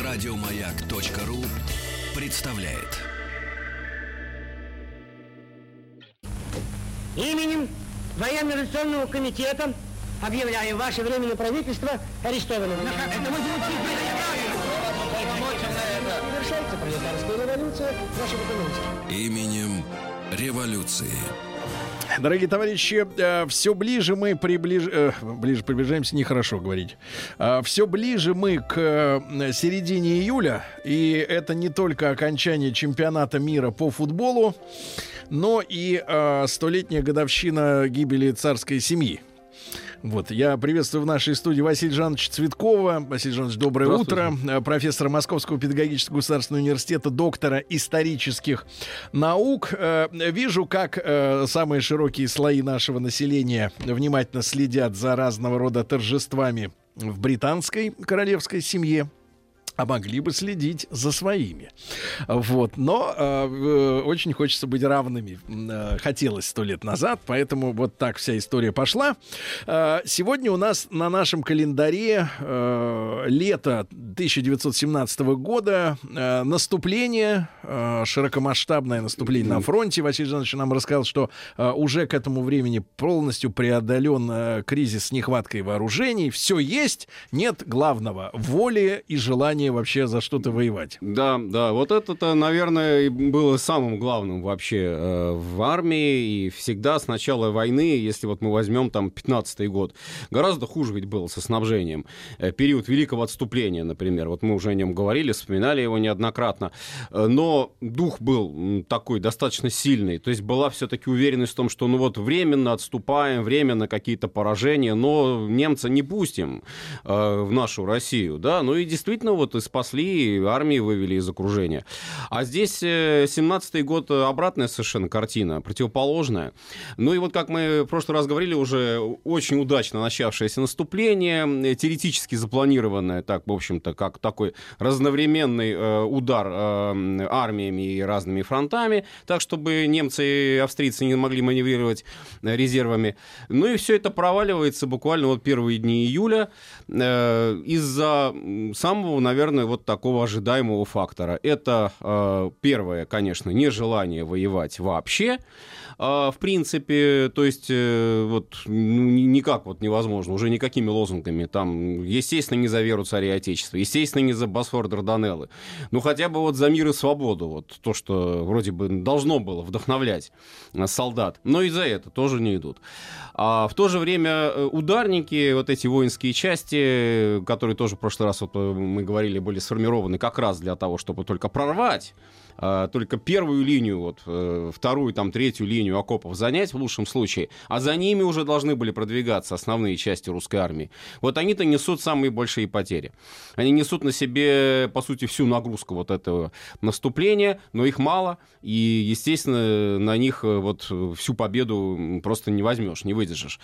Радиомаяк.ру представляет. Именем Военно-революционного комитета объявляю ваше временное правительство арестованным. Завершается пролетарская революция нашего экономики. Именем революции. Дорогие товарищи, все ближе мы приближаемся, нехорошо говорить. Все ближе мы к середине июля, и это не только окончание чемпионата мира по футболу, но и столетняя годовщина гибели царской семьи. Вот, я приветствую в нашей студии Василия Жановича Цветкова. Василий Жанович, доброе утро. Профессора Московского педагогического государственного университета, доктора исторических наук. Вижу, как самые широкие слои нашего населения внимательно следят за разного рода торжествами в британской королевской семье. А могли бы следить за своими. Вот. Но очень хочется быть равными. Хотелось 100 лет назад, поэтому вот так вся история пошла. Сегодня у нас на нашем календаре лето 1917 года. Наступление, широкомасштабное наступление на фронте. Василий Жанович нам рассказал, что уже к этому времени полностью преодолен кризис с нехваткой вооружений. Все есть, нет главного — воли и желания вообще за что-то воевать. Да, вот это-то, наверное, было самым главным вообще в армии, и всегда с начала войны, если вот мы возьмем там 15-й год, гораздо хуже ведь было со снабжением. Период Великого отступления, например, вот мы уже о нем говорили, вспоминали его неоднократно, но дух был такой достаточно сильный, то есть была все-таки уверенность в том, что ну вот временно отступаем, временно какие-то поражения, но немца не пустим в нашу Россию, да, ну и действительно вот и спасли, армии вывели из окружения. А здесь 17-й год обратная совершенно картина, противоположная. Ну и вот, как мы в прошлый раз говорили, уже очень удачно начавшееся наступление, теоретически запланированное, так, в общем-то, как такой разновременный удар армиями и разными фронтами, так, чтобы немцы и австрийцы не могли маневрировать резервами. Ну и все это проваливается буквально вот первые дни июля из-за самого, наверное, вот такого ожидаемого фактора. Это, первое, конечно, нежелание воевать вообще, в принципе, то есть вот никак вот невозможно, уже никакими лозунгами, там, естественно, не за веру царя и отечества, естественно, не за Босфор, Дарданеллы, ну, хотя бы вот за мир и свободу, вот то, что вроде бы должно было вдохновлять солдат, но и за это тоже не идут. А в то же время ударники, вот эти воинские части, которые тоже в прошлый раз, вот мы говорили, были сформированы как раз для того, чтобы только прорвать, только первую линию, вот, вторую, там, третью линию окопов занять в лучшем случае, а за ними уже должны были продвигаться основные части русской армии. Вот они-то несут самые большие потери. Они несут на себе, по сути, всю нагрузку вот этого наступления, но их мало, и, естественно, на них вот всю победу просто не возьмешь, не выдержишь.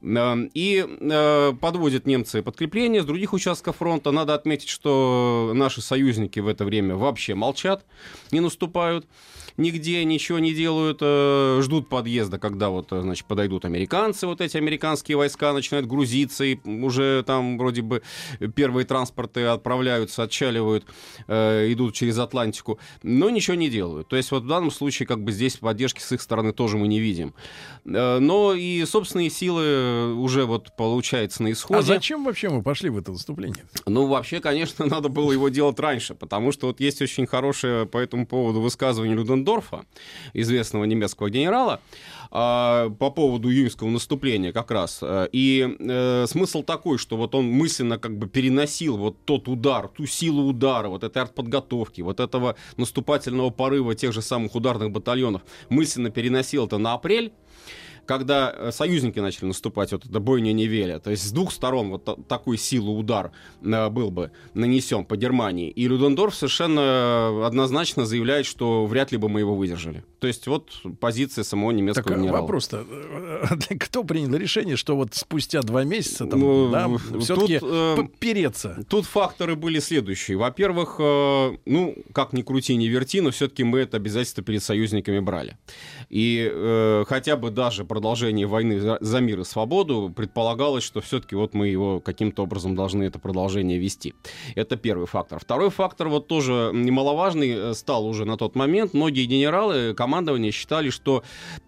И подводят немцы подкрепления с других участков фронта. Надо отметить, что наши союзники в это время вообще молчат, не наступают, нигде ничего не делают, ждут подъезда, когда вот, значит, подойдут американцы, вот эти американские войска начинают грузиться, и уже там вроде бы первые транспорты отправляются, отчаливают, идут через Атлантику, но ничего не делают. То есть вот в данном случае как бы здесь поддержки с их стороны тоже мы не видим. Но и собственные силы уже вот получается на исходе. А зачем вообще мы пошли в это наступление? Ну, вообще, конечно, надо было его делать раньше, потому что вот есть очень хорошее по этому поводу высказывание Людендорфа, известного немецкого генерала, по поводу июньского наступления как раз. И смысл такой, что вот он мысленно как бы переносил вот тот удар, ту силу удара, вот этой артподготовки, вот этого наступательного порыва тех же самых ударных батальонов, мысленно переносил это на апрель, когда союзники начали наступать, вот это бойня Невеля, то есть с двух сторон вот такой силы удар был бы нанесен по Германии, и Людендорф совершенно однозначно заявляет, что вряд ли бы мы его выдержали. То есть вот позиция самого немецкого генерала. Вопрос-то, кто принял решение, что вот спустя 2 месяца там, все-таки переться? Тут факторы были следующие. Во-первых, ну, как ни крути, ни верти, но все-таки мы это обязательство перед союзниками брали. И хотя бы даже продолжение войны за мир и свободу предполагалось, что все-таки вот мы его каким-то образом должны это продолжение вести. Это первый фактор. Второй фактор, вот тоже немаловажный, стал уже на тот момент. Многие генералы, командование считали, что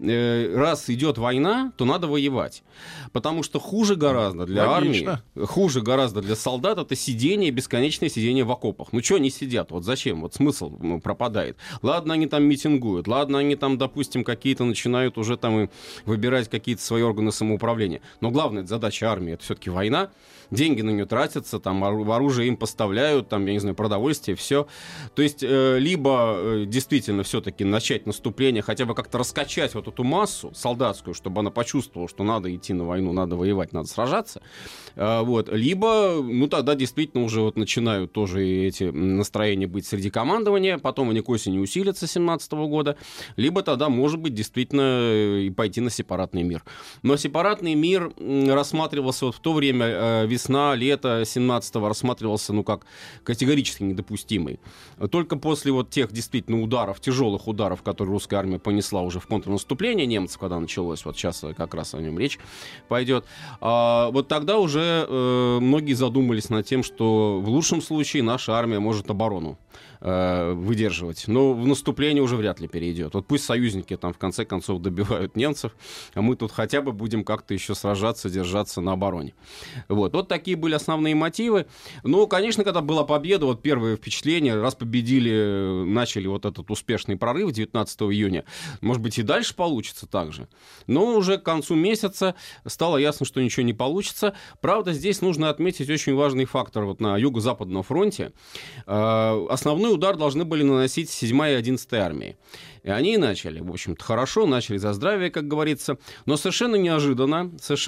раз идет война, то надо воевать. Потому что хуже гораздо для армии, хуже гораздо для солдат это сидение, бесконечное сидение в окопах. Ну что они сидят? Вот зачем? Вот смысл пропадает. Ладно, они там митингуют, ладно, они там, допустим, какие-то начинают уже там выбирать какие-то свои органы самоуправления. Но главная задача армии — это все-таки война. Деньги на нее тратятся, там оружие им поставляют, там, я не знаю, продовольствие, все. То есть либо действительно все-таки начать наступление, хотя бы как-то раскачать вот эту массу солдатскую, чтобы она почувствовала, что надо идти на войну, надо воевать, надо сражаться. Вот. Либо, ну тогда действительно уже вот начинают тоже эти настроения быть среди командования, потом они к осени усилятся 2017 года, либо тогда, может быть, действительно и пойти на сепаратный мир. Но сепаратный мир рассматривался вот в то время, весна, лето 17-го рассматривался, ну, как категорически недопустимый. Только после вот тех действительно ударов, тяжелых ударов, которые русская армия понесла уже в контрнаступление немцев, когда началось, вот сейчас как раз о нем речь пойдет, вот тогда уже многие задумались над тем, что в лучшем случае наша армия может оборону выдерживать. Но в наступление уже вряд ли перейдет. Вот пусть союзники там в конце концов добивают немцев, а мы тут хотя бы будем как-то еще сражаться, держаться на обороне. Вот такие были основные мотивы. Ну, конечно, когда была победа, вот первое впечатление, раз победили, начали вот этот успешный прорыв 19 июня, может быть, и дальше получится так же. Но уже к концу месяца стало ясно, что ничего не получится. Правда, здесь нужно отметить очень важный фактор вот на Юго-Западном фронте. Основной удар должны были наносить 7-я и 11-я армии. И они начали, в общем-то, хорошо, начали за здравие, как говорится, но совершенно неожиданно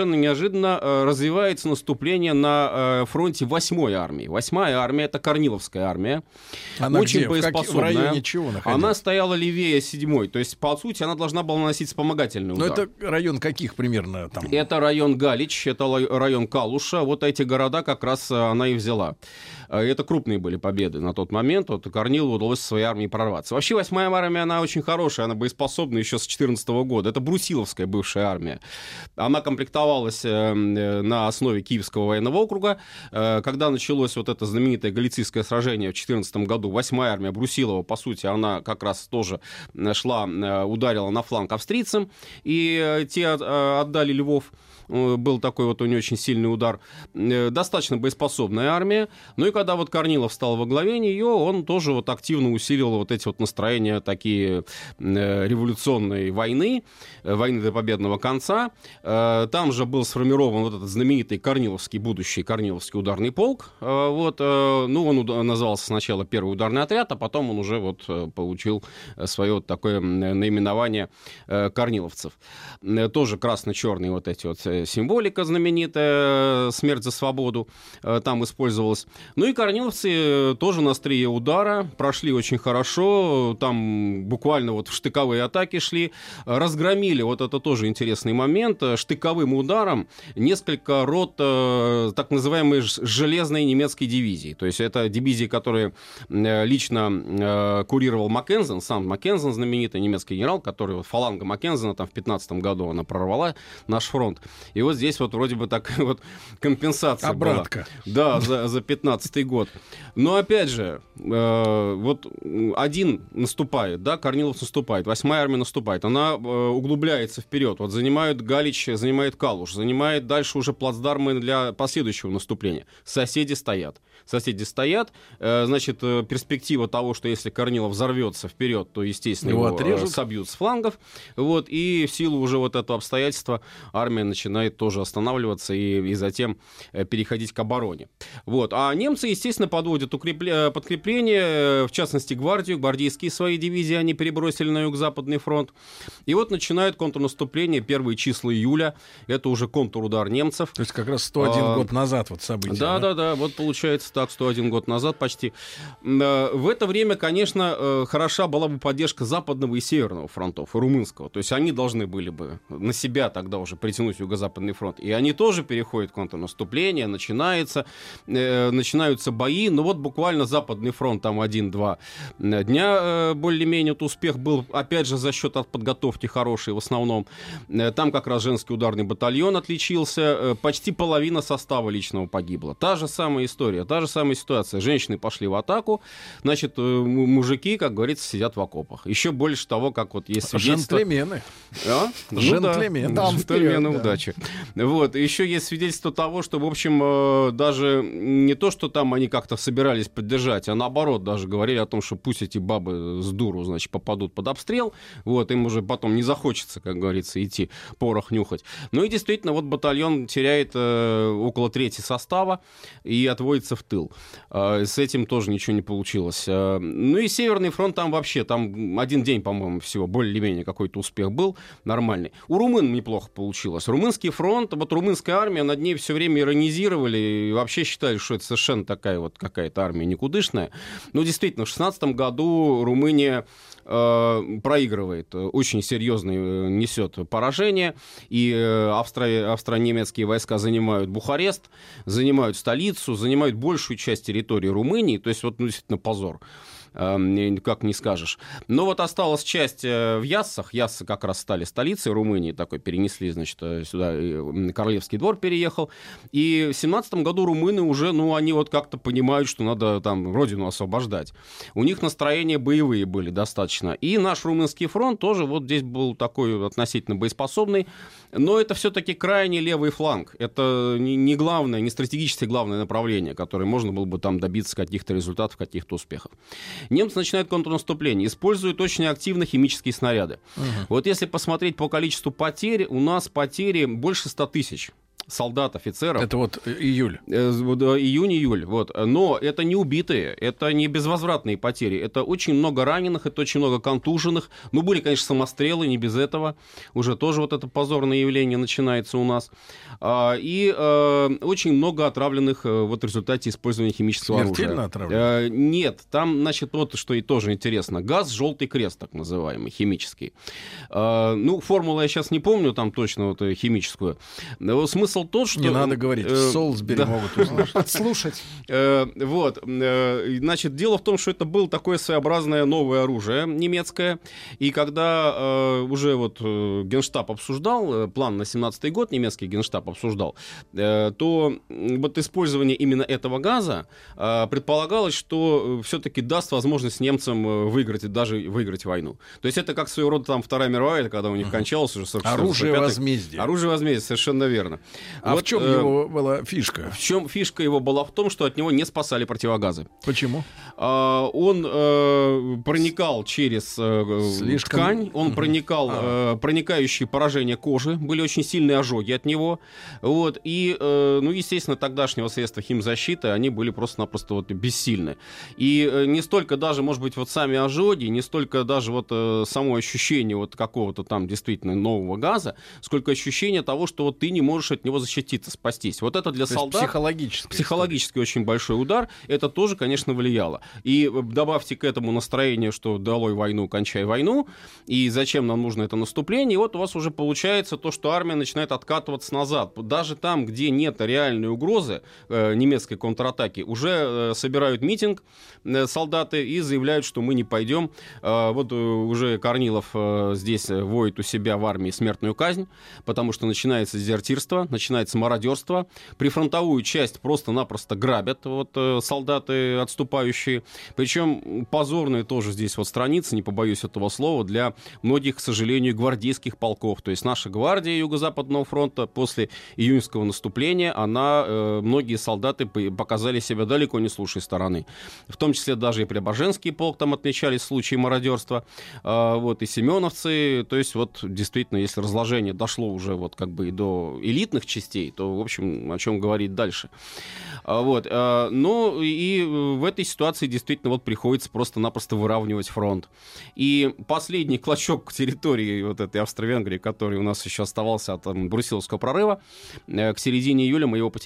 развивается наступление на фронте 8-й армии. 8-я армия — это Корниловская армия. Она очень где? боеспособная. В районе чего находилась? Она стояла левее 7-й, то есть, по сути, она должна была наносить вспомогательный удар. Но это район каких примерно там? Это район Галич, это район Калуша. Вот эти города как раз она и взяла. Это крупные были победы на тот момент. Вот Корнилову удалось своей армии прорваться. Вообще 8-я армия, она очень хорошая, она боеспособна еще с 2014 года. Это Брусиловская бывшая армия. Она комплектовалась на основе Киевского военного округа. Когда началось вот это знаменитое Галицийское сражение в 2014 году, 8-я армия Брусилова, по сути, она как раз тоже ударила на фланг австрийцам, и те отдали Львов. Был такой вот у нее очень сильный удар. Достаточно боеспособная армия. Ну и когда вот Корнилов стал во главе нее, он тоже вот активно усилил вот эти вот настроения такие революционной войны до победного конца. Там же был сформирован вот этот знаменитый будущий Корниловский ударный полк. Вот, ну, он назывался сначала первый ударный отряд, а потом он уже вот получил свое вот такое наименование корниловцев. Тоже красно-черные вот эти вот символика знаменитая, смерть за свободу там использовалась. Ну и корниловцы тоже на острие удара прошли очень хорошо, там буквально вот в штыковые атаки шли, разгромили, вот это тоже интересный момент, штыковым ударом несколько рот так называемой железной немецкой дивизии. То есть это дивизии, которые лично курировал Маккензен, сам Маккензен, знаменитый немецкий генерал, который вот фаланга Маккензена там в 15 году она прорвала наш фронт. И вот здесь вот вроде бы такая вот компенсация обратка была. Да, за 15-й год. Но опять же, вот один наступает, да, Корнилов наступает, 8-я армия наступает, она углубляется вперед, вот занимает Галич, занимает Калуш, занимает дальше уже плацдармы для последующего наступления. Соседи стоят, значит, перспектива того, что если Корнилов взорвется вперед, то, естественно, его собьют с флангов, вот, и в силу уже вот этого обстоятельства армия начинает тоже останавливаться и затем переходить к обороне. Вот. А немцы, естественно, подводят подкрепление, в частности, гвардейские свои дивизии они перебросили на юго-западный фронт. И вот начинают контрнаступление, первые числа июля, это уже контрудар немцев. То есть как раз 101 год назад вот события. Да, вот получается так, 101 год назад почти. В это время, конечно, хороша была бы поддержка западного и северного фронтов, и румынского. То есть они должны были бы на себя тогда уже притянуть юго-западный фронт. И они тоже переходят в контрнаступление, начинают начинаются бои, но вот буквально Западный фронт, там 1-2 дня более-менее вот успех был, опять же, за счет подготовки хорошей в основном. Там как раз женский ударный батальон отличился, почти половина состава личного погибла. Та же самая история, та же самая ситуация. Женщины пошли в атаку, значит, мужики, как говорится, сидят в окопах. Еще больше того, как вот есть свидетельство... Джентльмены. А? Джентльмены. Ну, да. Джентльмены удачи. Вот. Еще есть свидетельство того, что, в общем, даже не то, что там они как-то собирались поддержать, а наоборот даже говорили о том, что пусть эти бабы с дуру, значит, попадут под обстрел, вот, им уже потом не захочется, как говорится, идти порох нюхать. Ну и действительно, вот батальон теряет около трети состава и отводится в тыл. С этим тоже ничего не получилось. Ну и Северный фронт там вообще, там один день, по-моему, всего, более-менее какой-то успех был нормальный. У румын неплохо получилось. Румынский фронт, вот румынская армия, над ней все время иронизировали и вообще считали, что это совершенно такая вот какая-то армия никудышная. Но действительно, в 16 году Румыния проигрывает, очень серьезно несет поражение, и австро-немецкие войска занимают Бухарест, занимают столицу, занимают большую часть территории Румынии, то есть вот ну, действительно позор. Как не скажешь. Но вот осталась часть в Яссах. Яссы как раз стали столицей Румынии. Такой перенесли, значит, сюда Королевский двор переехал. И в 17 году румыны уже, ну, они вот как-то понимают, что надо там родину освобождать. У них настроения боевые были достаточно. И наш румынский фронт тоже вот здесь был такой относительно боеспособный. Но это все-таки крайне левый фланг. Это не главное, не стратегически главное направление, которое можно было бы там добиться каких-то результатов, каких-то успехов. Немцы начинают контрнаступление, используют очень активно химические снаряды. Вот если посмотреть по количеству потерь, у нас потери больше 100 тысяч. Солдат, офицеров. Это вот июль. Июнь-июль. Вот. Но это не убитые, это не безвозвратные потери. Это очень много раненых, это очень много контуженных. Ну, были, конечно, самострелы, не без этого. Уже тоже вот это позорное явление начинается у нас. И очень много отравленных вот в результате использования химического оружия. Смертельно отравленных? Нет. Там, значит, вот что и тоже интересно. Газ «желтый крест», так называемый, химический. Ну, формулу я сейчас не помню там точно вот, химическую. Смысл тот, что... Не надо говорить, в Солсбери да. могут узнать. Подслушать. Вот. Значит, дело в том, что это было такое своеобразное новое оружие немецкое, и когда уже вот Генштаб обсуждал, план на 17-й год немецкий Генштаб обсуждал, то вот использование именно этого газа предполагалось, что все-таки даст возможность немцам выиграть, и даже выиграть войну. То есть это как своего рода там Вторая мировая, когда у них кончалась уже 44-45. Оружие возмездия. Оружие возмездия, совершенно верно. А вот, в чем его была фишка? В чем фишка его была в том, что от него не спасали противогазы. Почему? Он проникал через ткань, он проникал, проникающие поражения кожи, были очень сильные ожоги от него. Вот, и, ну, естественно, тогдашнего средства химзащиты, они были просто-напросто вот бессильны. И не столько даже, может быть, вот сами ожоги, не столько даже вот само ощущение вот какого-то там действительно нового газа, сколько ощущение того, что вот ты не можешь от него защититься, спастись. Вот это для солдат... Психологически очень большой удар. Это тоже, конечно, влияло. И добавьте к этому настроение, что долой войну, кончай войну, и зачем нам нужно это наступление, и вот у вас уже получается то, что армия начинает откатываться назад. Даже там, где нет реальной угрозы немецкой контратаки, уже собирают митинг солдаты и заявляют, что мы не пойдем. Вот уже Корнилов здесь воет у себя в армии смертную казнь, потому что начинается дезертирство, начинается мародерство. Прифронтовую часть просто-напросто грабят вот, солдаты отступающие. Причем позорные тоже здесь вот страницы, не побоюсь этого слова, для многих, к сожалению, гвардейских полков. То есть наша гвардия Юго-Западного фронта после июньского наступления, многие солдаты показали себя далеко не с лучшей стороны. В том числе даже и Преображенский полк там отмечались случаи мародерства. Вот, и семеновцы. То есть вот действительно, если разложение дошло уже вот как бы и до элитных частей, то, в общем, о чем говорить дальше. Вот. Но и в этой ситуации действительно вот приходится просто-напросто выравнивать фронт. И последний клочок территории вот этой Австро-Венгрии, который у нас еще оставался от Брусиловского прорыва, к середине июля мы его потеряли.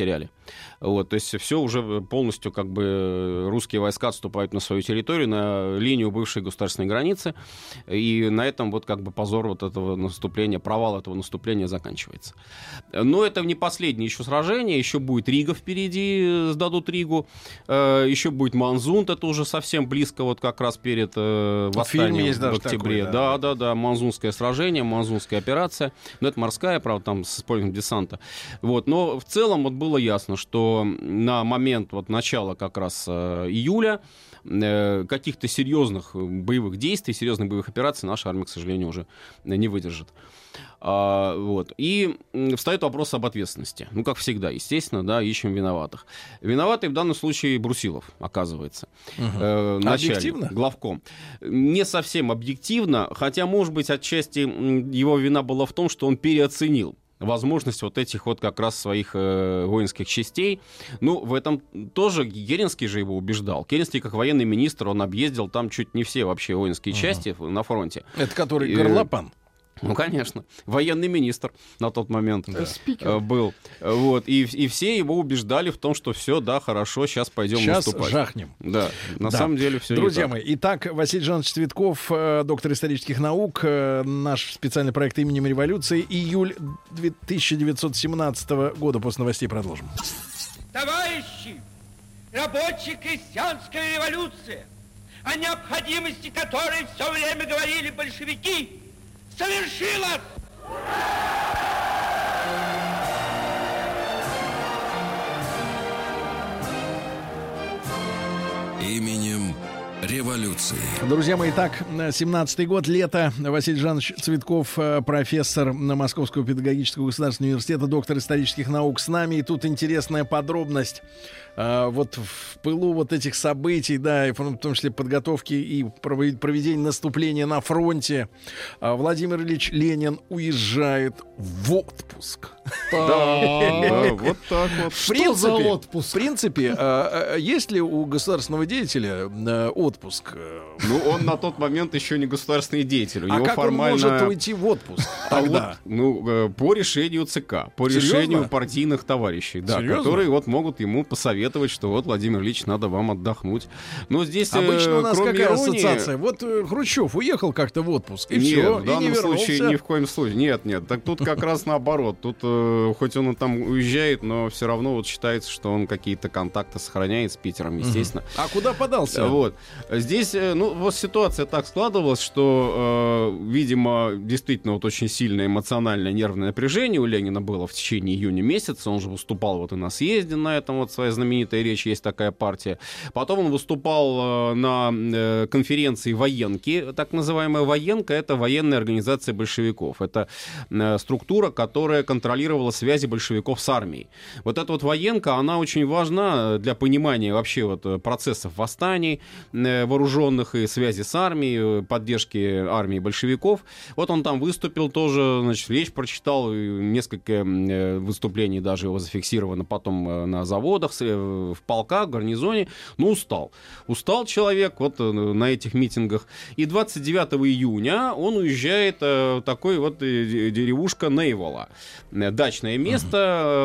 Вот, то есть все уже полностью как бы русские войска отступают на свою территорию, на линию бывшей государственной границы, и на этом вот как бы позор вот этого наступления, провал этого наступления заканчивается. Но это не последнее еще сражение, еще будет Рига впереди, сдадут Ригу, еще будет Манзунд, это уже совсем близко, вот как раз перед восстанием есть в октябре. Такой, Да, Манзунское сражение, Манзунская операция, но это морская, правда, там с использованием десанта. Вот, но в целом вот было ясно, что на момент вот начала как раз июля каких-то серьезных боевых действий, серьезных боевых операций наша армия, к сожалению, уже не выдержит. Вот. И встает вопрос об ответственности. Ну, как всегда, естественно, да, ищем виноватых. Виноватый в данном случае Брусилов, оказывается. Начальник, объективно? главком. Не совсем объективно, хотя, может быть, отчасти его вина была в том, что он переоценил возможность вот этих вот как раз своих воинских частей. Ну, в этом тоже Керенский же его убеждал. Керенский, как военный министр, он объездил там чуть не все вообще воинские части на фронте. Это который Горлопан. Ну, конечно. Военный министр на тот момент был. Вот. И все его убеждали в том, что все, да, хорошо, сейчас пойдем наступать. Сейчас жахнем. Да, на самом деле все. Друзья мои, итак, Василий Жанович Цветков, доктор исторических наук, наш специальный проект именем революции, июль 1917 года. После новостей продолжим. Товарищи, рабоче-крестьянская революция, о необходимости которой все время говорили большевики, совершилась! Именем революции. Друзья мои, так, 17-й год, лето. Василий Жанович Цветков, профессор Московского педагогического государственного университета, доктор исторических наук с нами. И тут интересная подробность. Вот в пылу вот этих событий, да, и в том числе подготовки и проведения наступления на фронте, Владимир Ильич Ленин уезжает в отпуск. Да, вот так вот. Что за отпуск? В принципе, есть ли у государственного деятеля отпуск? Ну, он на тот момент еще не государственный деятель. У него как формально... он может уйти в отпуск тогда? Вот, по решению ЦК, по решению партийных товарищей, да, которые вот могут ему посоветовать, что вот, Владимир Ильич, надо вам отдохнуть. Но здесь, обычно у нас какая иронии... ассоциация? Вот Хрущев уехал как-то в отпуск, и нет, все, в данном и не вернулся. случае ни в коем случае. Нет, так тут как раз наоборот. Тут хоть он там уезжает, но все равно вот считается, что он какие-то контакты сохраняет с Питером, естественно. А куда подался? Вот. Здесь, ну, вот ситуация так складывалась, что, видимо, действительно вот очень сильное эмоциональное нервное напряжение у Ленина было в течение июня месяца. Он же выступал вот и на съезде на этом, вот своя знаменитая речь, есть такая партия. Потом он выступал на конференции военки, так называемая военка, это военная организация большевиков. Это структура, которая контролировала связи большевиков с армией. Вот эта вот военка, она очень важна для понимания вообще вот процессов восстаний вооруженных и связи с армией, поддержки армии большевиков. Вот он там выступил тоже, значит, речь прочитал, несколько выступлений даже его зафиксировано потом на заводах, в полках, в гарнизоне. Ну, устал. Устал человек вот на этих митингах. И 29 июня он уезжает в такой вот деревушка Нейвола. Дачное место,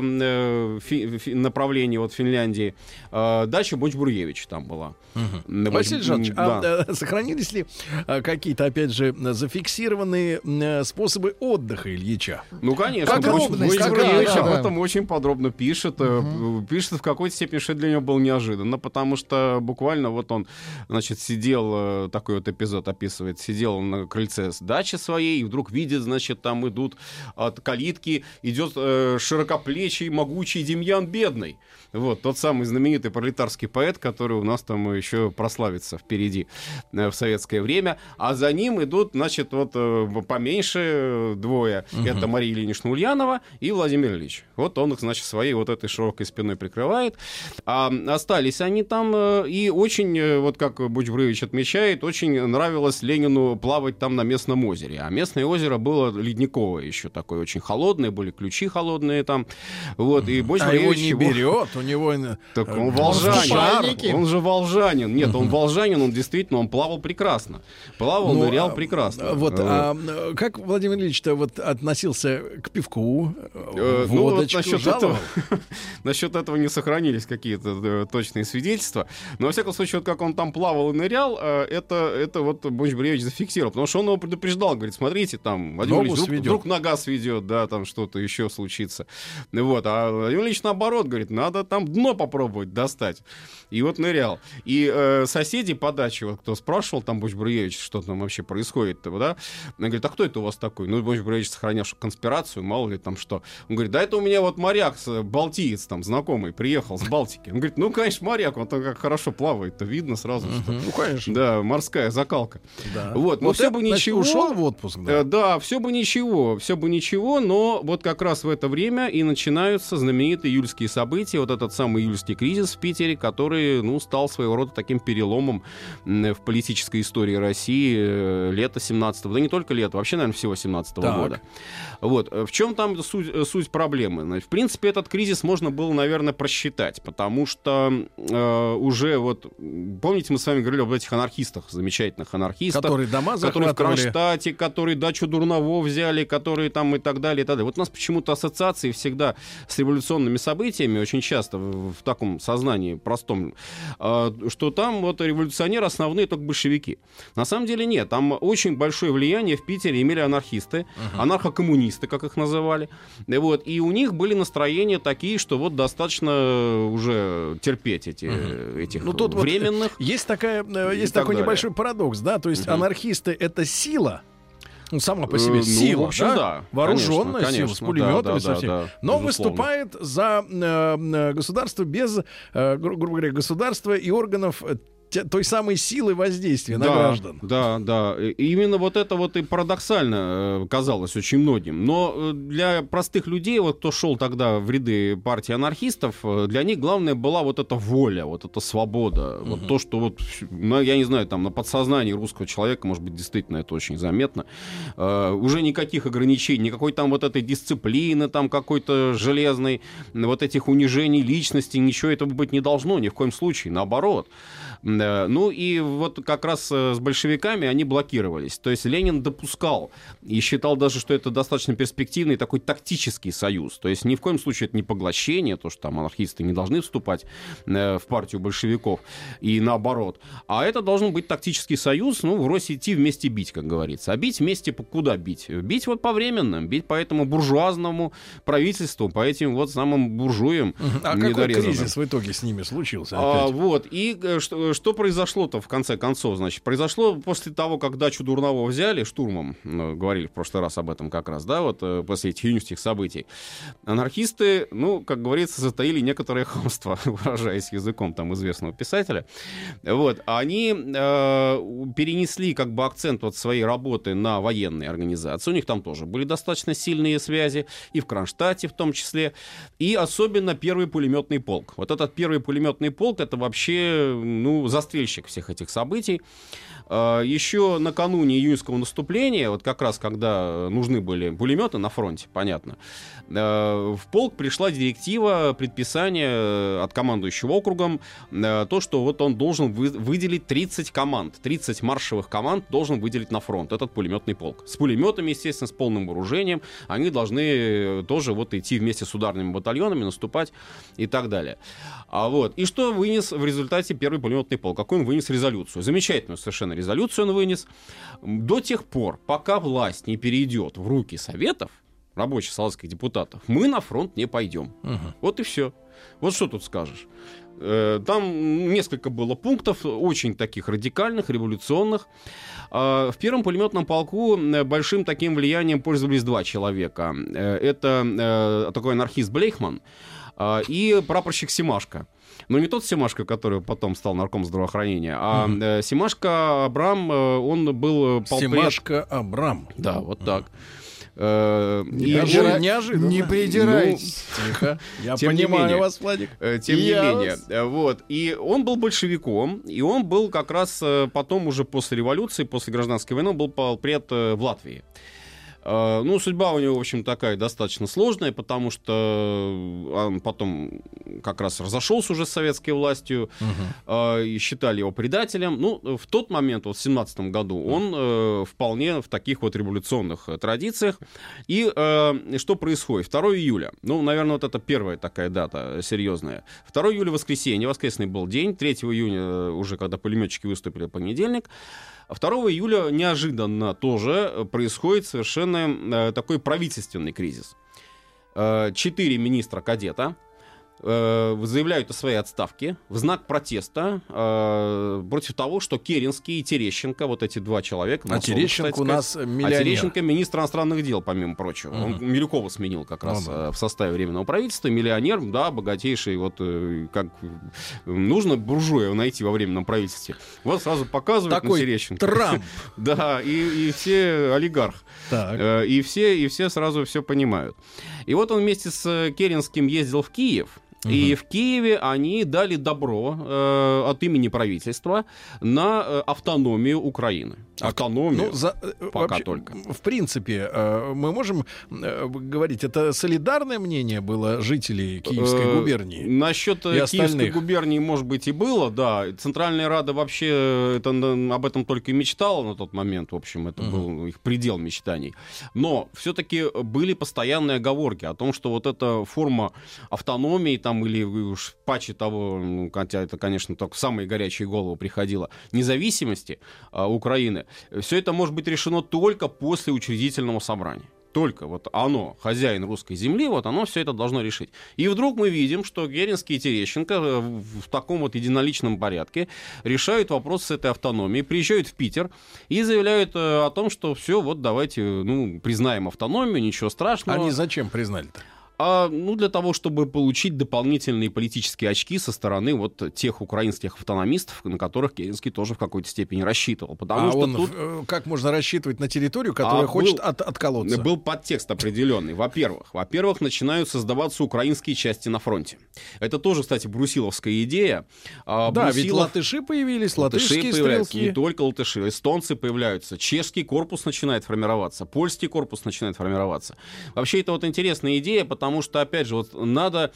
направление вот Финляндии. Дача Бочбуревича там была. Василий Жанович, сохранились ли какие-то, опять же, зафиксированные способы отдыха Ильича? Ну, конечно. Бочбуревич об этом очень подробно пишет. Пишет в какой-то степени, что для него было неожиданно, потому что буквально вот он, значит, сидел, такой вот эпизод описывает, сидел на крыльце с дачи своей, и вдруг видит, значит, там идут от калитки, идет широкоплечий, могучий Демьян Бедный. Вот, тот самый знаменитый пролетарский поэт, который у нас там еще прославится впереди в советское время. А за ним идут, значит, вот поменьше двое. Это Мария Ильинична Ульянова и Владимир Ильич. Вот он их, значит, своей вот этой широкой спиной прикрывает. А остались они там, и очень, вот как Бочбуревич отмечает, очень нравилось Ленину плавать там на местном озере. А местное озеро было ледниковое еще такое, очень холодное, были ключи холодные там. Вот, и Бочбуревич... А его не берет, у него... Так он волжанин. Он же волжанин. Нет, он волжанин, он действительно, он плавал прекрасно. Плавал, нырял прекрасно. Вот, как Владимир Ильич-то вот относился к пивку? Водочку жаловал? Насчет этого не сохранились какие-то точные свидетельства. Но, во всяком случае, вот как он там плавал и нырял, это вот Борис Боревич зафиксировал. Потому что он его предупреждал, говорит, смотрите, там, Владимир Ильич, вдруг нога сведет, да, там что-то еще случится. Вот. А Владимир Ильич, наоборот, говорит, надо там дно попробовать достать. И вот нырял. И соседи по даче, вот кто спрашивал там Борис Боревич, что там вообще происходит-то, да, он говорит, а кто это у вас такой? Ну, Борис Боревич, сохранявший конспирацию, мало ли там что. Он говорит, да это у меня вот моряк, балтиец там, знакомый, приехал с Балтики. Он говорит, ну, конечно, моряк, он как хорошо плавает-то, видно сразу, что... Ну, конечно. Да, морская закалка. Да. Вот, но все бы ничего... Ушел в отпуск, да? Да, все бы ничего, но вот как раз в это время и начинаются знаменитые июльские события, вот этот самый июльский кризис в Питере, который, ну, стал своего рода таким переломом в политической истории России лета 17-го, да не только лета, вообще, наверное, всего 17-го года. Вот, в чем там суть проблемы? В принципе, этот кризис можно было, наверное, просчитать, потому что уже вот, помните, мы с вами говорили об этих анархистах, замечательных анархистах, которые дома захватывали, которые в Кронштадте, которые дачу Дурново взяли, которые там и так далее, и так далее. Вот у нас почему-то ассоциации всегда с революционными событиями, очень часто в таком сознании простом, что там вот революционеры основные только большевики. На самом деле нет, там очень большое влияние в Питере имели анархисты, анархокоммунисты, как их называли, вот, и у них были настроения такие, что вот достаточно уже терпеть этих временных. Вот есть такой небольшой парадокс, да, то есть анархисты — это сила, ну, сама по себе сила, в общем, да, вооруженная конечно, сила с пулеметами, со всем. Но безусловно. Выступает за государство без, грубо говоря, государства и органов той самой силы воздействия на граждан. Да. И именно вот это вот и парадоксально казалось очень многим. Но для простых людей, вот кто шел тогда в ряды партии анархистов, для них главное была вот эта воля, вот эта свобода. Вот то, что вот, я не знаю, там на подсознании русского человека, может быть, действительно это очень заметно. Уже никаких ограничений, никакой там вот этой дисциплины там какой-то железной, вот этих унижений личности, ничего этого быть не должно, ни в коем случае, наоборот. Ну и вот как раз с большевиками они блокировались. То есть Ленин допускал и считал даже, что это достаточно перспективный такой тактический союз. То есть ни в коем случае это не поглощение, то, что там анархисты не должны вступать в партию большевиков и наоборот. А это должен быть тактический союз, ну, врозь идти вместе бить, как говорится. А бить вместе куда бить? Бить вот по временным, бить по этому буржуазному правительству, по этим вот самым буржуям недорезанным. Какой кризис в итоге с ними случился? Вот, и что произошло-то в конце концов? Значит, произошло после того, как дачу Дурново взяли штурмом, говорили в прошлый раз об этом как раз, да, вот после этих июньских событий, анархисты, ну, как говорится, затаили некоторое хамство, выражаясь языком там известного писателя. Вот, они перенесли как бы акцент вот своей работы на военные организации. У них там тоже были достаточно сильные связи, и в Кронштадте в том числе, и особенно первый пулеметный полк. Вот этот первый пулеметный полк, это вообще, ну, застрельщик всех этих событий. Еще накануне июньского наступления, вот как раз когда нужны были пулеметы на фронте, понятно, в полк пришла директива, предписание от командующего округом, то, что вот он должен выделить 30 команд, 30 маршевых команд должен выделить на фронт этот пулеметный полк. С пулеметами, естественно, с полным вооружением, они должны тоже вот идти вместе с ударными батальонами, наступать и так далее. Вот. И что вынес в результате первый пулеметный полк? Какую он вынес резолюцию? Замечательную совершенно резолюцию он вынес. До тех пор, пока власть не перейдет в руки советов, рабочих солдатских депутатов, мы на фронт не пойдем. Вот и все. Вот что тут скажешь. Там несколько было пунктов, очень таких радикальных, революционных. В первом пулеметном полку большим таким влиянием пользовались два человека. Это такой анархист Блейхман и прапорщик Семашко. Но не тот Семашко, который потом стал нарком здравоохранения, а Семашко Абрам, он был полпред. Семашко Абрам. Да, вот так. Неожиданно. Не придирайтесь. Тихо. Я понимаю вас, Владик. Тем не менее. Вот. И он был большевиком, и он был как раз потом уже после революции, после гражданской войны, он был полпред в Латвии. Ну, судьба у него, в общем, такая достаточно сложная, потому что он потом как раз разошелся уже с советской властью, и считали его предателем. Ну, в тот момент, вот в 17 году, он вполне в таких вот революционных традициях. И что происходит? 2 июля. Ну, наверное, вот это первая такая дата серьезная. 2 июля воскресенье, воскресный был день. 3 июня, уже когда пулеметчики выступили, понедельник. 2 июля неожиданно тоже происходит совершенно такой правительственный кризис. 4 министра-кадета заявляют о своей отставке в знак протеста против того, что Керенский и Терещенко, вот эти 2 человека... А Терещенко у нас миллионер. А Терещенко министр иностранных дел, помимо прочего. Он Милюкова сменил как раз в составе Временного правительства. Миллионер, да, богатейший, вот как нужно буржуя найти во Временном правительстве. Вот сразу показывают такой на Терещенко. Трамп. Да, и все олигарх. И все сразу все понимают. И вот он вместе с Керенским ездил в Киев. И в Киеве они дали добро от имени правительства на автономию Украины. Автономию пока вообще, только. В принципе, мы можем говорить, это солидарное мнение было жителей Киевской губернии? Насчет Киевской губернии, может быть, и было, да. Центральная Рада вообще об этом только и мечтала на тот момент. В общем, это был их предел мечтаний. Но все-таки были постоянные оговорки о том, что вот эта форма автономии, там, или уж паче того, ну, хотя это, конечно, только в самые горячие головы приходило, независимости Украины, все это может быть решено только после учредительного собрания. Только вот оно, хозяин русской земли, вот оно все это должно решить. И вдруг мы видим, что Керенский и Терещенко в таком вот единоличном порядке решают вопрос с этой автономией, приезжают в Питер и заявляют о том, что все, вот давайте, ну, признаем автономию, ничего страшного. Они зачем признали-то? Для того, чтобы получить дополнительные политические очки со стороны вот тех украинских автономистов, на которых Керенский тоже в какой-то степени рассчитывал. Потому что он как можно рассчитывать на территорию, которая хочет отколоться? Был подтекст определенный. Во-первых, начинают создаваться украинские части на фронте. Это тоже, кстати, брусиловская идея. Да, ведь латыши появились, латышские стрелки. Не только латыши, эстонцы появляются, чешский корпус начинает формироваться, польский корпус начинает формироваться. Вообще, это вот интересная идея, потому что, опять же, вот надо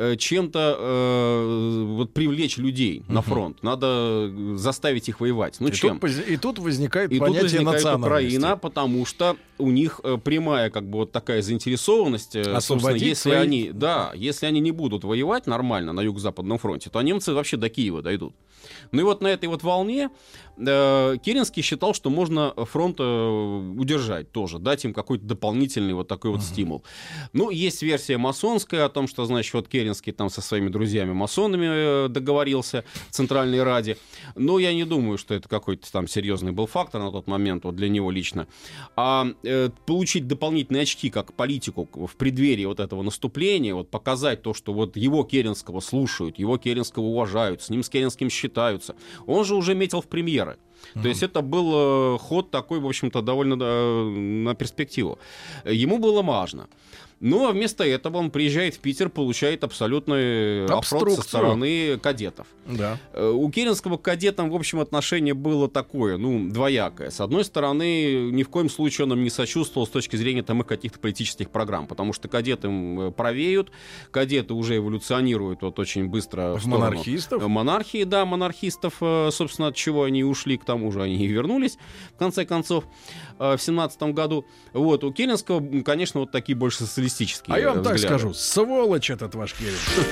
чем-то вот привлечь людей на фронт, надо заставить их воевать. Ну, чем? И тут возникает понятие национальности. Украина, потому что у них прямая, как бы, вот такая заинтересованность. Собственно, если они не будут воевать нормально на Юго-Западном фронте, то немцы вообще до Киева дойдут. Ну и вот на этой вот волне Керенский считал, что можно фронт удержать тоже, дать им какой-то дополнительный вот такой вот стимул. Ну, есть версия масонская о том, что, значит, вот Керенский там со своими друзьями-масонами договорился в Центральной Раде. Но я не думаю, что это какой-то там серьезный был фактор на тот момент вот для него лично. Получить дополнительные очки как политику в преддверии вот этого наступления, вот показать то, что вот его Керенского слушают, его Керенского уважают, с ним с Керенским считаются. Он же уже метил в премьеры. То есть это был ход такой, в общем-то, довольно на перспективу. Ему было важно. Ну, а вместо этого он приезжает в Питер, получает абсолютный афронт со стороны кадетов. Да. У Керенского к кадетам, в общем, отношение было такое, ну, двоякое. С одной стороны, ни в коем случае он им не сочувствовал с точки зрения там их каких-то политических программ, потому что кадеты правеют, кадеты уже эволюционируют вот очень быстро в сторону монархистов. Монархии, да, монархистов, собственно, от чего они ушли, к тому же они и вернулись, в конце концов, в 17 году. Вот, у Керенского, конечно, вот такие больше социалистические А я вам взгляды. Так скажу, сволочь этот ваш Керенский.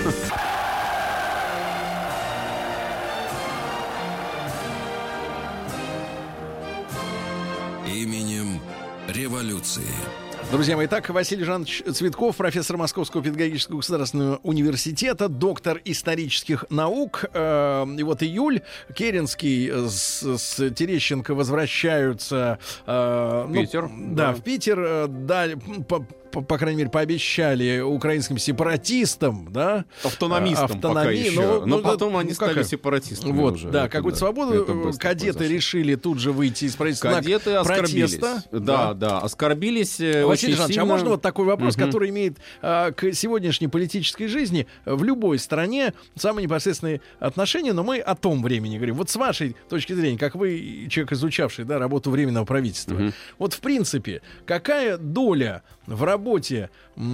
Именем революции. Друзья мои, итак, Василий Жанович Цветков, профессор Московского педагогического государственного университета, доктор исторических наук. И вот июль, Керенский с Терещенко возвращаются в Питер. В Питер. По крайней мере, пообещали украинским сепаратистам, да? Автономистам пока еще. Но потом они стали сепаратистами вот, уже. Да, какую-то свободу. Кадеты решили тут же выйти из правительства. Кадеты оскорбились. Да, оскорбились Василий Жанович, сильно. а можно вот такой вопрос, который имеет к сегодняшней политической жизни в любой стране самые непосредственные отношения, но мы о том времени говорим. Вот с вашей точки зрения, как вы, человек, изучавший, да, работу Временного правительства, вот в принципе, какая доля в работе,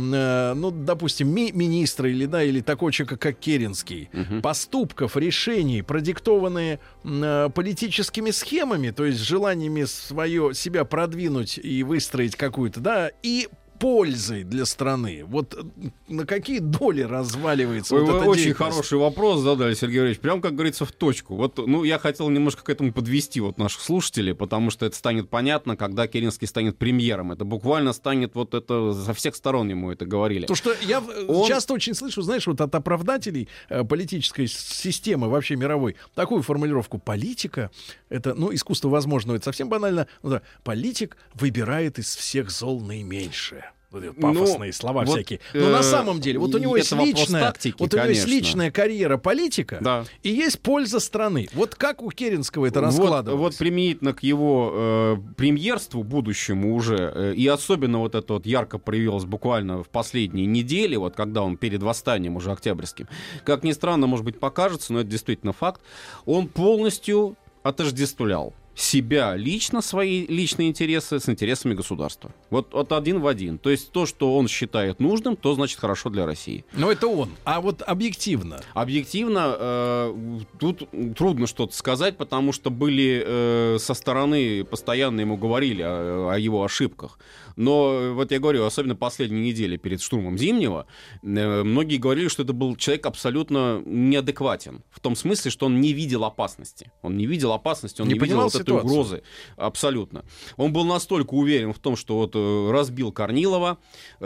ну, допустим, министра или такого человека, как Керенский, поступков, решений, продиктованные политическими схемами, то есть желаниями себя продвинуть и выстроить какую-то, да, и пользой для страны. Вот на какие доли разваливается вот эта очень деятельность? хороший вопрос задали, Сергей Валерьевич. Прям, как говорится, в точку. Вот, ну, я хотел немножко к этому подвести вот наших слушателей, потому что это станет понятно, когда Керенский станет премьером. Это буквально станет вот это, со всех сторон ему это говорили. Потому что я часто очень слышу, знаешь, вот от оправдателей политической системы вообще мировой такую формулировку: политика — это, ну, искусство возможного, это совсем банально. Политик выбирает из всех зол наименьшее. Пафосные слова всякие. Но на самом деле, вот у него есть личная, тактики, вот у него есть личная карьера политика, да, и есть польза страны. Вот как у Керенского это раскладывалось? Вот применительно к его премьерству будущему уже, и особенно вот это вот ярко проявилось буквально в последние недели, вот когда он перед восстанием уже октябрьским, как ни странно, может быть, покажется, но это действительно факт, он полностью отождествлял себя лично, свои личные интересы с интересами государства. Вот один в один. То есть то, что он считает нужным, то значит хорошо для России. Но это он. А вот объективно? Объективно тут трудно что-то сказать, потому что были со стороны, постоянно ему говорили о его ошибках. Но вот я говорю, особенно последние недели перед штурмом Зимнего, многие говорили, что это был человек абсолютно неадекватен. В том смысле, что он не видел опасности. Он не видел опасности, он не видел вот этой угрозы. Абсолютно. Он был настолько уверен в том, что вот разбил Корнилова,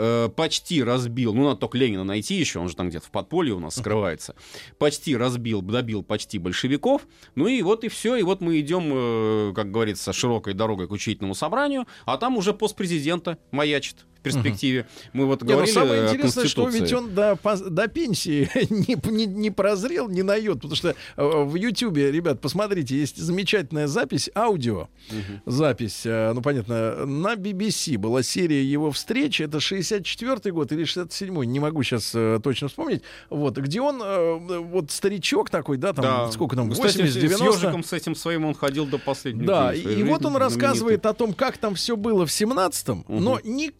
почти разбил, ну, надо только Ленина найти еще, он же там где-то в подполье у нас скрывается, почти разбил, добил почти большевиков, ну и вот и все, и вот мы идем, как говорится, широкой дорогой к учительному собранию, а там уже постпрезидент маячит в перспективе. Мы вот говорили самое о интересное, что Конституции. ведь он до пенсии не прозрел, не на йод, потому что в Ютьюбе, ребят, посмотрите, есть замечательная запись, аудио, запись, ну, понятно, на BBC была серия его встреч, это 64-й год или 67-й, не могу сейчас точно вспомнить, вот, где он, вот, старичок такой, да, там, сколько там, 80-90. С ежиком с этим своим он ходил до последнего. Да, и вот он рассказывает о том, как там все было в 17-м, но ни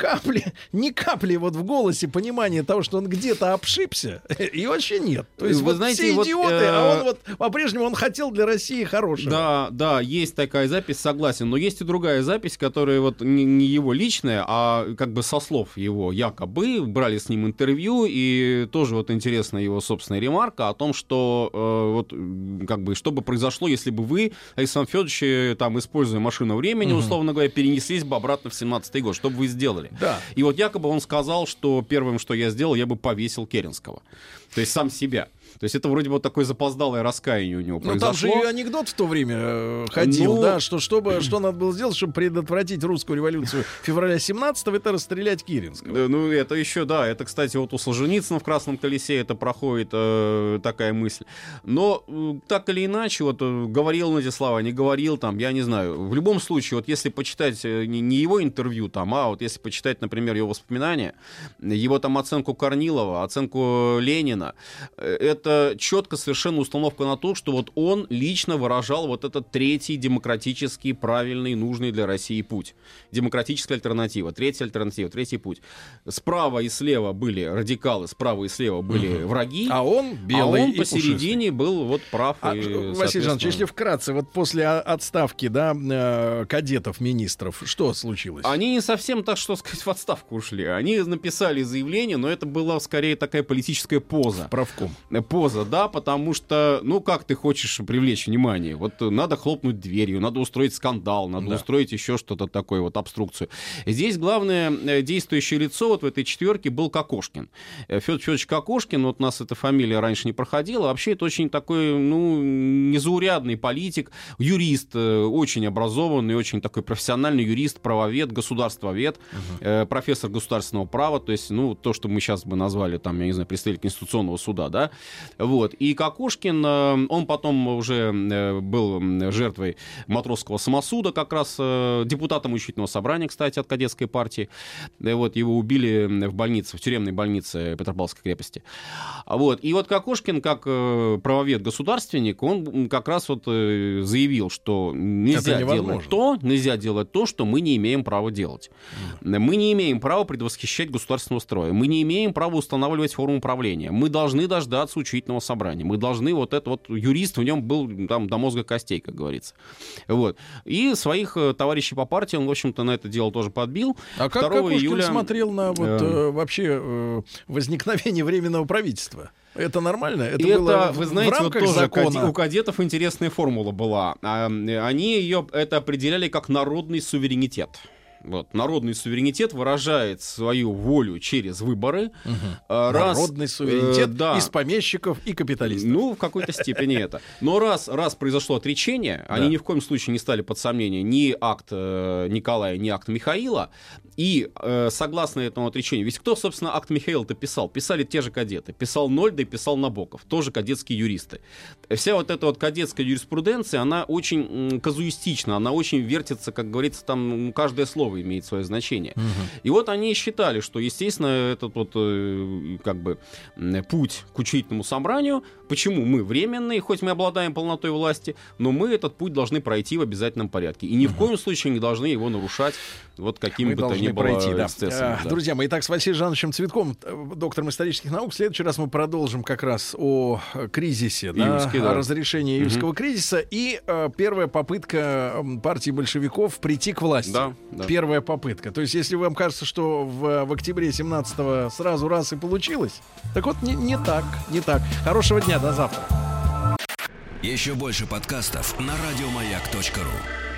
капли вот в голосе понимания того, что он где-то обшибся, и вообще нет. То есть вы знаете, все идиоты, а он вот по-прежнему он хотел для России хорошего. Да, есть такая запись, согласен, но есть и другая запись, которая вот не его личная, а как бы со слов его якобы брали с ним интервью, и тоже вот интересна его собственная ремарка о том, что вот как бы что бы произошло, если бы вы, Александр Федорович, там, используя машину времени, условно говоря, перенеслись бы обратно в 17-й год, что бы вы сделали? Да. И вот якобы он сказал, что первым, что я сделал, я бы повесил Керенского. То есть сам себя. То есть это вроде бы вот такое запоздалое раскаяние у него произошло. Ну там же и анекдот в то время ходил, да, что надо было сделать, чтобы предотвратить русскую революцию февраля 17-го, это расстрелять Керенского. Ну это еще, да, это, кстати, вот у Солженицына в «Красном колесе» это проходит такая мысль. Но так или иначе, вот говорил он эти слова, не говорил, там, я не знаю. В любом случае, вот если почитать не его интервью, там, а вот если почитать, например, его воспоминания, его там оценку Корнилова, оценку Ленина, это четко совершенно установка на то, что вот он лично выражал вот этот третий демократический, правильный, нужный для России путь. Демократическая альтернатива, третий путь. Справа и слева были радикалы, справа и слева были враги. А он белый, а он посередине был вот прав. Василий Жанович, если вкратце, вот после отставки, да, кадетов, министров, что случилось? Они не совсем, так что сказать, в отставку ушли. Они написали заявление, но это была скорее такая политическая поза. Правком. Поза, да, потому что, ну, как ты хочешь привлечь внимание? Вот надо хлопнуть дверью, надо устроить скандал, надо устроить еще что-то такое, вот обструкцию. Здесь главное действующее лицо вот в этой четверке был Кокошкин. Федор Федорович Кокошкин, вот у нас эта фамилия раньше не проходила, вообще это очень такой, ну, незаурядный политик, юрист, очень образованный, очень такой профессиональный юрист, правовед, государствовед, профессор государственного права, то есть, ну, то, что мы сейчас бы назвали, там, я не знаю, представитель Конституционного суда, да, Вот. И Кокошкин, он потом уже был жертвой матросского самосуда, как раз депутатом учительного собрания, кстати, от кадетской партии. Вот. Его убили в больнице, в тюремной больнице Петропавловской крепости. Вот. И вот Кокошкин, как правовед, государственник, он как раз вот заявил, что нельзя делать то, что мы не имеем права делать. Мы не имеем права предвосхищать государственного строя. Мы не имеем права устанавливать форму управления. Мы должны дождаться учительного собрания. Мы должны вот это вот... Юрист в нем был там до мозга костей, как говорится. Вот. И своих товарищей по партии он, в общем-то, на это дело тоже подбил. А как Кокошкин смотрел на вот, вообще возникновение Временного правительства? Это нормально? Это было, вы знаете, в рамках вот тоже закона? У кадетов интересная формула была. Они ее это определяли как народный суверенитет. Вот. Народный суверенитет выражает свою волю через выборы. Народный суверенитет из помещиков и капиталистов. Ну, в какой-то степени это. Но раз произошло отречение, они ни в коем случае не стали под сомнение ни акт Николая, ни акт Михаила. И согласно этому отречению, ведь кто, собственно, акт Михаила-то писал? Писали те же кадеты. Писал Нольда и писал Набоков, тоже кадетские юристы. Вся вот эта вот кадетская юриспруденция, она очень казуистична, она очень вертится, как говорится, там каждое слово имеет свое значение. И вот они считали, что, естественно, этот вот как бы путь к учительному собранию, почему мы временные, хоть мы обладаем полнотой власти, но мы этот путь должны пройти в обязательном порядке. И ни в коем случае не должны его нарушать вот какими бы то ни было эксцессами. Да. Друзья мои, итак, с Василием Жановичем Цветковым, доктором исторических наук, в следующий раз мы продолжим как раз о кризисе, о разрешении июльского кризиса и первая попытка партии большевиков прийти к власти. Да. Первая попытка. То есть, если вам кажется, что в октябре 17-го сразу раз и получилось, так вот не так. Хорошего дня, до завтра. Еще больше подкастов на радиомаяк.ру.